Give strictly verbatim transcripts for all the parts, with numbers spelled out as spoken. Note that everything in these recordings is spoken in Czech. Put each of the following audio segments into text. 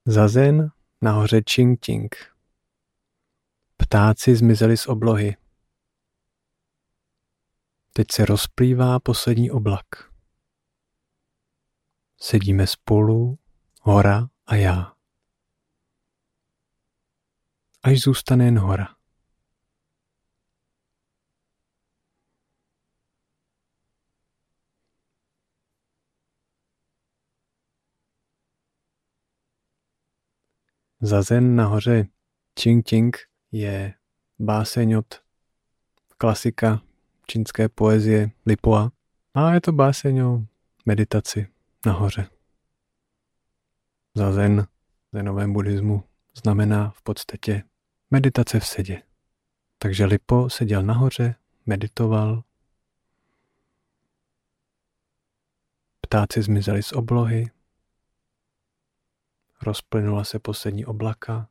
Zazen nahoře Čing-Čing. Ptáci zmizeli z oblohy. Teď se rozplývá poslední oblak. Sedíme spolu, hora a já. Až zůstane jen hora. Zazen nahoře Čing-Čing je báseň od klasika čínské poezie Lipoa. A je to báseň o meditaci nahoře. Zazen v zenovém buddhismu znamená v podstatě meditace v sedě. Takže Lipo seděl nahoře, meditoval. Ptáci zmizeli z oblohy. Rozplynula se poslední oblaka.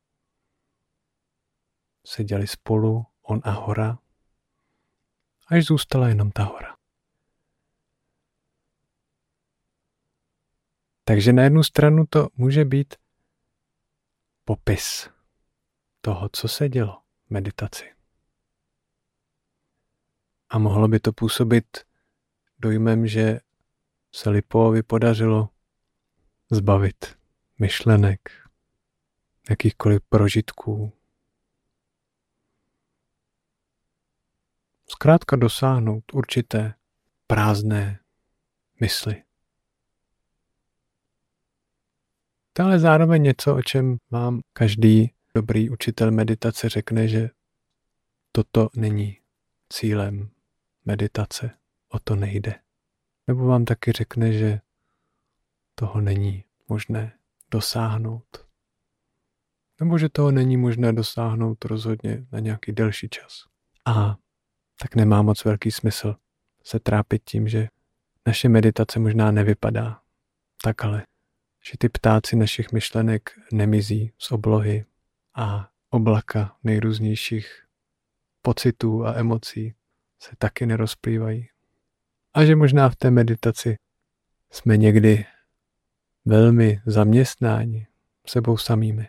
Seděli spolu, on a hora, až zůstala jenom ta hora. Takže na jednu stranu to může být popis toho, co se dělo v meditaci. A mohlo by to působit dojmem, že se Lipovi podařilo zbavit myšlenek, jakýchkoliv prožitků. Zkrátka dosáhnout určité prázdné mysli. To ale zároveň něco, o čem vám každý dobrý učitel meditace řekne, že toto není cílem meditace, o to nejde. Nebo vám taky řekne, že toho není možné dosáhnout. Nebo že toho není možné dosáhnout rozhodně na nějaký delší čas. A tak nemá moc velký smysl se trápit tím, že naše meditace možná nevypadá takhle. Že ty ptáci našich myšlenek nemizí z oblohy a oblaka nejrůznějších pocitů a emocí se taky nerozplývají. A že možná v té meditaci jsme někdy velmi zaměstnáni sebou samými.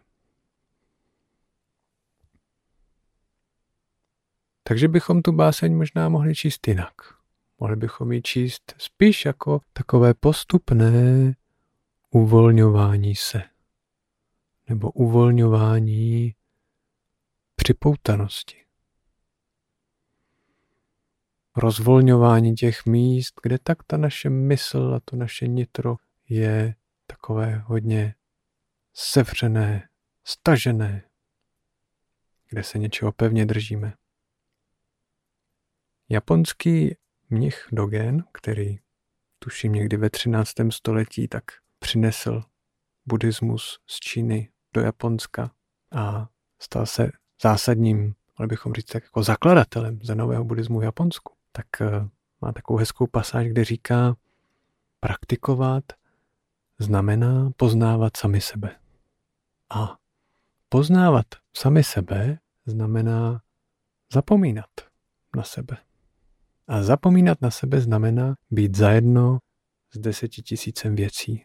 Takže bychom tu báseň možná mohli číst jinak. Mohli bychom ji číst spíš jako takové postupné uvolňování se. Nebo uvolňování připoutanosti. Rozvolňování těch míst, kde tak ta naše mysl a to naše nitro je takové hodně sevřené, stažené, kde se něčeho pevně držíme. Japonský mnich Dogen, který tuším někdy ve třináctém století tak přinesl buddhismus z Číny do Japonska a stal se zásadním, ale bychom říct tak jako zakladatelem zenového buddhismu v Japonsku, tak má takovou hezkou pasáž, kde říká, praktikovat znamená poznávat sami sebe. A poznávat sami sebe znamená zapomínat na sebe. A zapomínat na sebe znamená být zajedno s desetitisícem věcí.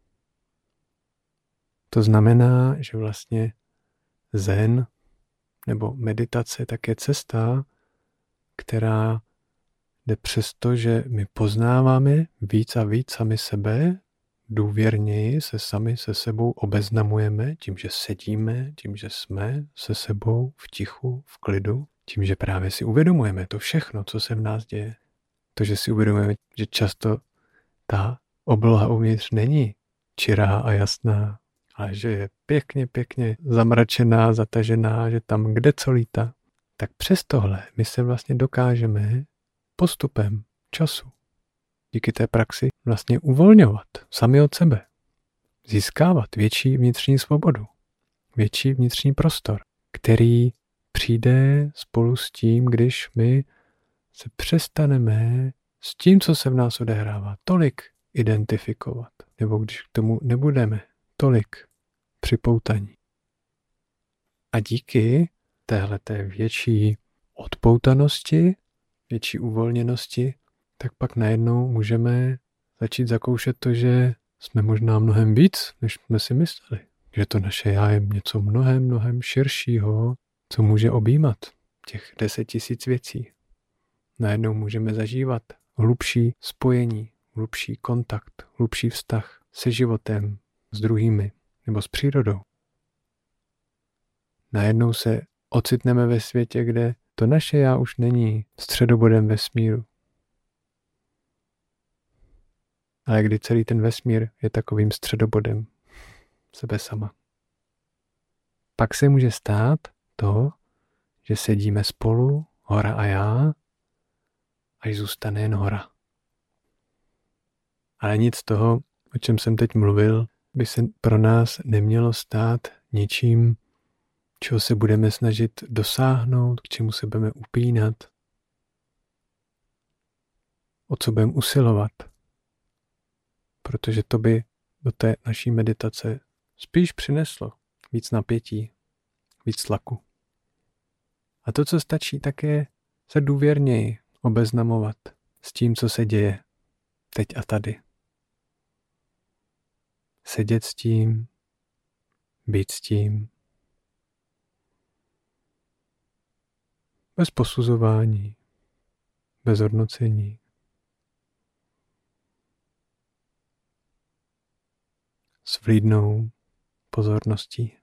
To znamená, že vlastně zen nebo meditace tak je cesta, která jde přesto, že my poznáváme víc a víc sami sebe, důvěrněji se sami se sebou obeznamujeme tím, že sedíme, tím, že jsme se sebou v tichu, v klidu, tím, že právě si uvědomujeme to všechno, co se v nás děje. To, že si uvědomujeme, že často ta obloha uvnitř není čirá a jasná, ale že je pěkně, pěkně zamračená, zatažená, že tam kde co lítá. Tak přes tohle my se vlastně dokážeme postupem času díky té praxi vlastně uvolňovat sami od sebe. Získávat větší vnitřní svobodu, větší vnitřní prostor, který přijde spolu s tím, když my se přestaneme s tím, co se v nás odehrává, tolik identifikovat, nebo když k tomu nebudeme tolik připoutaní. A díky téhleté větší odpoutanosti, větší uvolněnosti, tak pak najednou můžeme začít zakoušet to, že jsme možná mnohem víc, než jsme si mysleli. že to naše já je něco mnohem, mnohem širšího, co může objímat těch deset tisíc věcí. Najednou můžeme zažívat hlubší spojení, hlubší kontakt, hlubší vztah se životem, s druhými nebo s přírodou. Najednou se ocitneme ve světě, kde to naše já už není středobodem vesmíru, ale kdy celý ten vesmír je takovým středobodem sebe sama. Pak se může stát to, že sedíme spolu, hora a já, až zůstane jen hora. Ale nic z toho, o čem jsem teď mluvil, by se pro nás nemělo stát ničím, čeho se budeme snažit dosáhnout, k čemu se budeme upínat, o co budeme usilovat. Protože to by do té naší meditace spíš přineslo víc napětí, víc tlaku. A to, co stačí, tak je se důvěrněji obeznamovat s tím, co se děje teď a tady. Sedět s tím, být s tím, bez posuzování, bez hodnocení. S vlídnou pozorností.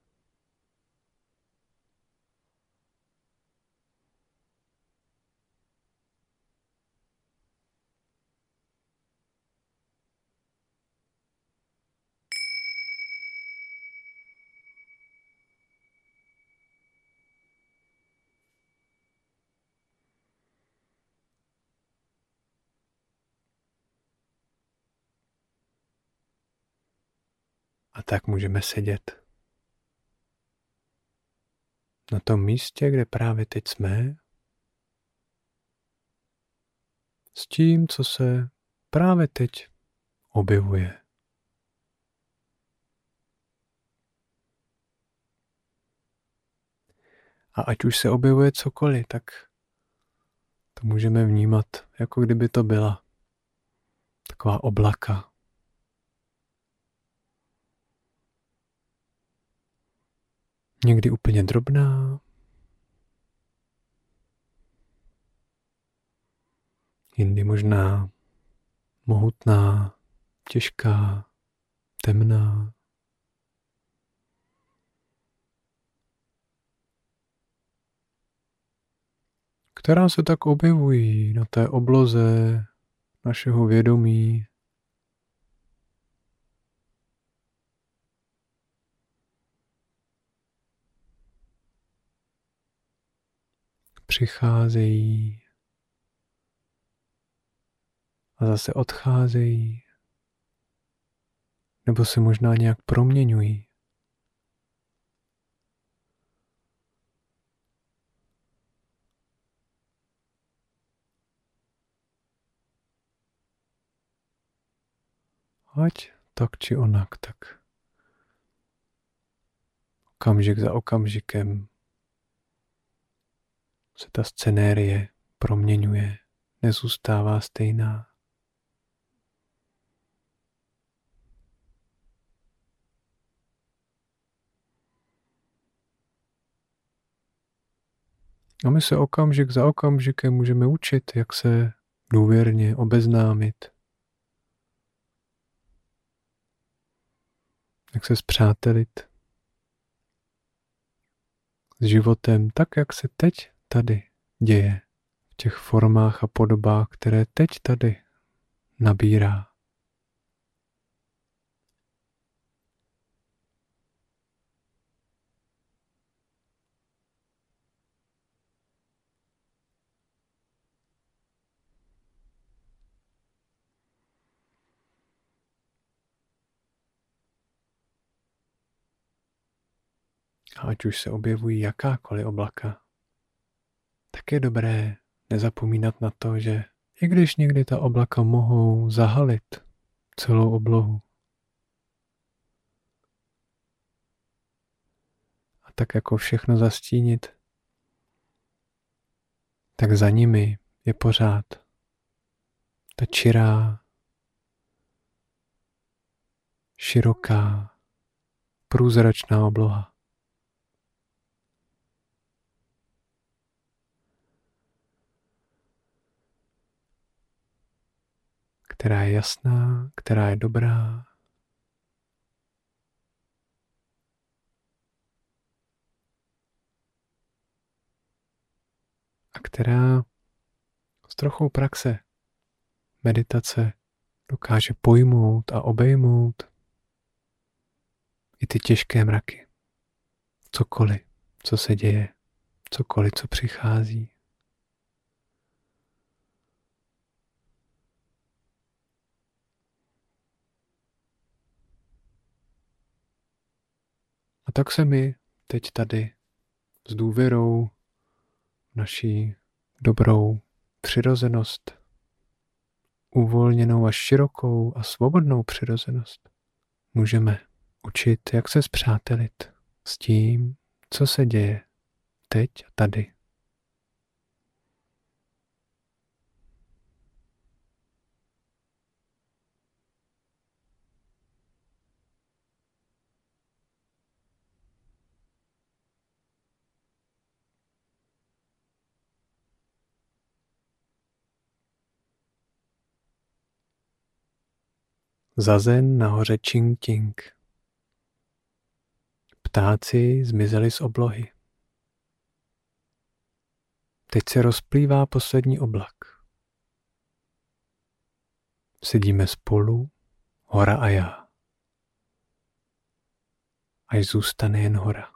A tak můžeme sedět na tom místě, kde právě teď jsme, s tím, co se právě teď objevuje. A ať už se objevuje cokoliv, tak to můžeme vnímat, jako kdyby to byla taková oblaka. Někdy úplně drobná, jindy možná mohutná, těžká, temná. Která se tak objevují na té obloze našeho vědomí. Přicházejí a zase odcházejí, nebo se možná nějak proměňují. Ať tak či onak, tak okamžik za okamžikem se ta scenérie proměňuje, nezůstává stejná. A my se okamžik za okamžikem můžeme učit, jak se důvěrně obeznámit, jak se spřátelit s životem tak, jak se teď tady děje, v těch formách a podobách, které teď tady nabírá. A ať už se objevují jakákoliv oblaka, tak je dobré nezapomínat na to, že i když někdy ta oblaka mohou zahalit celou oblohu, a tak jako všechno zastínit, tak za nimi je pořád ta čirá, široká, průzračná obloha. Která je jasná, která je dobrá. A která s trochou praxe, meditace dokáže pojmout a obejmout i ty těžké mraky. Cokoliv, co se děje, cokoliv, co přichází. A tak se my teď tady s důvěrou v naší dobrou přirozenost, uvolněnou a širokou a svobodnou přirozenost, můžeme učit, jak se spřátelit s tím, co se děje teď a tady. Zazen na hoře Čing-Čing. Ptáci zmizeli z oblohy. Teď se rozplývá poslední oblak. Sedíme spolu, hora a já. Až zůstane jen hora.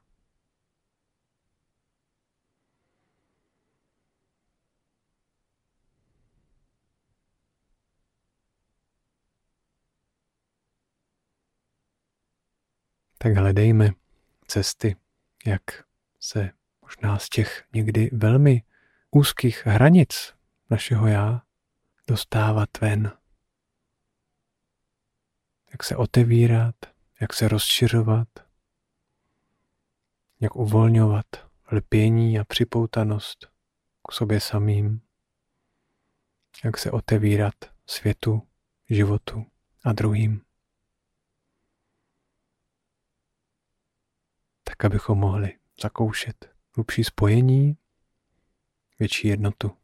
Tak hledejme cesty, jak se možná z těch někdy velmi úzkých hranic našeho já dostávat ven. Jak se otevírat, jak se rozšiřovat, jak uvolňovat lpění a připoutanost k sobě samým, jak se otevírat světu, životu a druhým. Tak, abychom mohli zakoušet hlubší spojení, větší jednotu.